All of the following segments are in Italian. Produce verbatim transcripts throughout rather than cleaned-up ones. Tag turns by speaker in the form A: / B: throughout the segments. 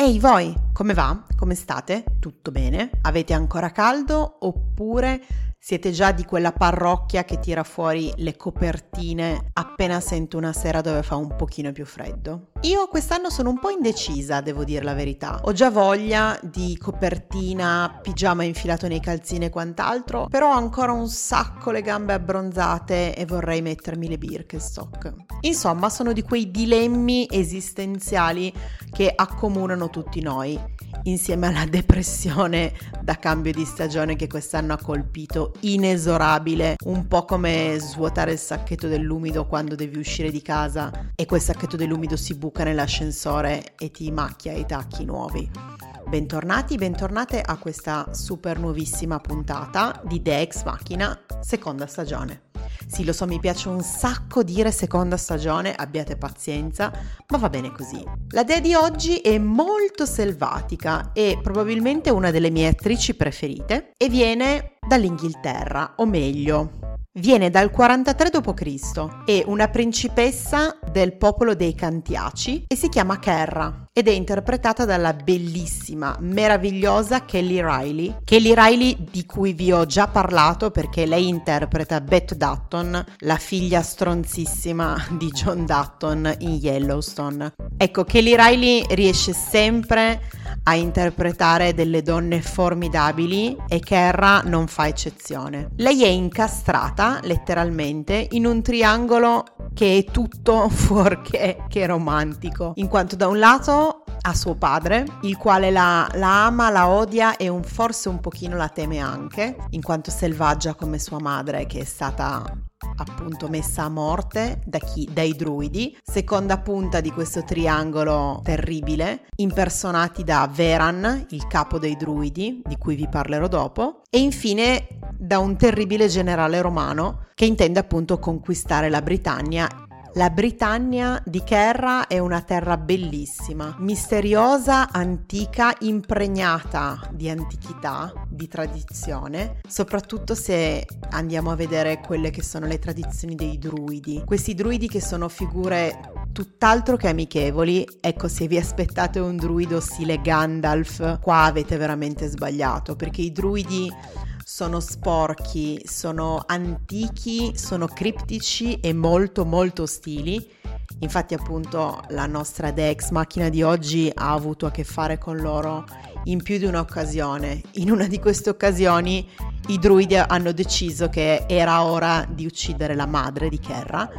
A: Ehi voi, come va? Come state? Tutto bene? Avete ancora caldo oppure siete già di quella parrocchia che tira fuori le copertine appena sente una sera dove fa un pochino più freddo? Io quest'anno sono un po' indecisa, devo dire la verità. Ho già voglia di copertina, pigiama infilato nei calzini e quant'altro, però ho ancora un sacco le gambe abbronzate e vorrei mettermi le Birkenstock. Insomma, sono di quei dilemmi esistenziali che accomunano tutti noi, insieme alla depressione da cambio di stagione che quest'anno ha colpito inesorabile, un po' come svuotare il sacchetto dell'umido quando devi uscire di casa e quel sacchetto dell'umido si buca nell'ascensore e ti macchia i tacchi nuovi. Bentornati, bentornate a questa super nuovissima puntata di The Ex Machina, seconda stagione. Sì, lo so, mi piace un sacco dire seconda stagione, abbiate pazienza, ma va bene così. La Dea di oggi è molto selvatica, è probabilmente una delle mie attrici preferite e viene dall'Inghilterra, o meglio, viene dal quarantatré dopo Cristo È una principessa del popolo dei Cantiaci e si chiama Kerra ed è interpretata dalla bellissima, meravigliosa Kelly Riley. Kelly Riley di cui vi ho già parlato perché lei interpreta Beth Dutton, la figlia stronzissima di John Dutton in Yellowstone. Ecco, Kelly Riley riesce sempre a interpretare delle donne formidabili e Kerra non fa eccezione. Lei è incastrata letteralmente in un triangolo che è tutto fuorché che romantico, in quanto da un lato ha suo padre, il quale la, la ama, la odia e un, forse un pochino la teme anche, in quanto selvaggia come sua madre, che è stata appunto messa a morte da chi? Dai druidi. Seconda punta di questo triangolo terribile, impersonati da Veran, il capo dei druidi, di cui vi parlerò dopo, e infine da un terribile generale romano che intende appunto conquistare la Britannia. La Britannia di Kerra è una terra bellissima, misteriosa, antica, impregnata di antichità, di tradizione, soprattutto se andiamo a vedere quelle che sono le tradizioni dei druidi. Questi druidi che sono figure tutt'altro che amichevoli. Ecco, se vi aspettate un druido stile Gandalf, qua avete veramente sbagliato, perché i druidi sono sporchi, sono antichi, sono criptici e molto molto ostili. Infatti appunto la nostra The Ex Machina di oggi ha avuto a che fare con loro in più di un'occasione. In una di queste occasioni i druidi hanno deciso che era ora di uccidere la madre di Kerra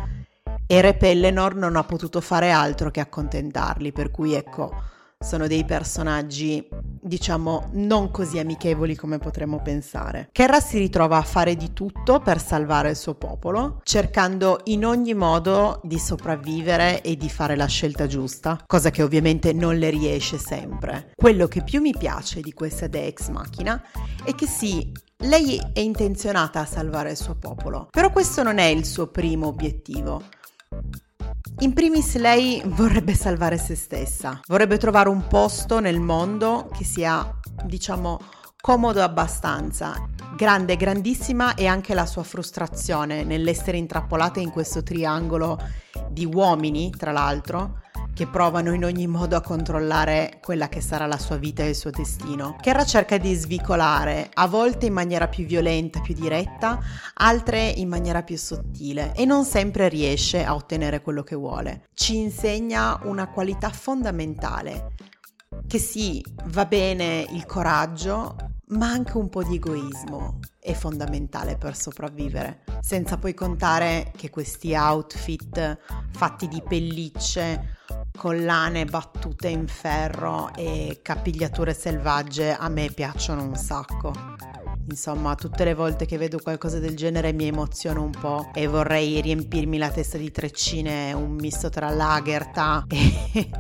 A: e Re Pelennor non ha potuto fare altro che accontentarli, per cui ecco, sono dei personaggi, diciamo, non così amichevoli come potremmo pensare. Kerra si ritrova a fare di tutto per salvare il suo popolo, cercando in ogni modo di sopravvivere e di fare la scelta giusta, cosa che ovviamente non le riesce sempre. Quello che più mi piace di questa The Ex Machina è che sì, lei è intenzionata a salvare il suo popolo, però questo non è il suo primo obiettivo. In primis lei vorrebbe salvare se stessa, vorrebbe trovare un posto nel mondo che sia, diciamo, comodo abbastanza. Grande, grandissima è anche la sua frustrazione nell'essere intrappolata in questo triangolo di uomini, tra l'altro, che provano in ogni modo a controllare quella che sarà la sua vita e il suo destino. Kerra cerca di svicolare, a volte in maniera più violenta, più diretta, altre in maniera più sottile, e non sempre riesce a ottenere quello che vuole. Ci insegna una qualità fondamentale, che sì, va bene il coraggio, ma anche un po' di egoismo è fondamentale per sopravvivere, senza poi contare che questi outfit fatti di pellicce, collane battute in ferro e capigliature selvagge a me piacciono un sacco. Insomma, tutte le volte che vedo qualcosa del genere mi emoziono un po' e vorrei riempirmi la testa di treccine, un misto tra Lagertha e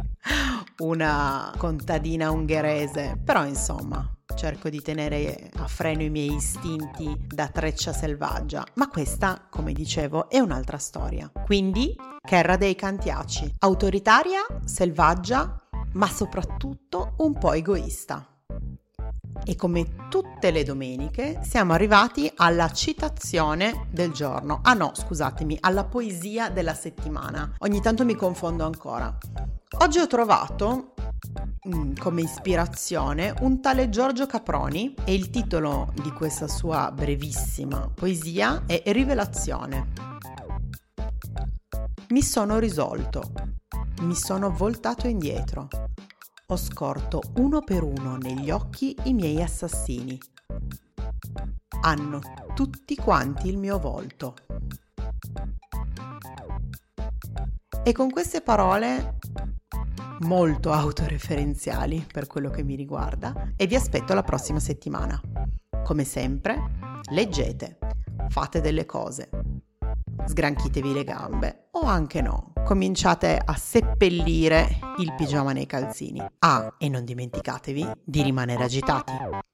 A: una contadina ungherese. Però insomma, cerco di tenere a freno i miei istinti da treccia selvaggia, ma questa, come dicevo, è un'altra storia. Quindi, Kerra dei Cantiaci, autoritaria, selvaggia, ma soprattutto un po' egoista. E come tutte le domeniche siamo arrivati alla citazione del giorno. Ah no, scusatemi, alla poesia della settimana. Ogni tanto mi confondo ancora. Oggi ho trovato mh, come ispirazione un tale Giorgio Caproni e il titolo di questa sua brevissima poesia è Rivelazione. Mi sono risolto, mi sono voltato indietro, ho scorto uno per uno negli occhi i miei assassini. Hanno tutti quanti il mio volto. E con queste parole molto autoreferenziali per quello che mi riguarda, e vi aspetto la prossima settimana. Come sempre, leggete, fate delle cose, sgranchitevi le gambe o anche no, cominciate a seppellire il pigiama nei calzini. Ah, e non dimenticatevi di rimanere agitati.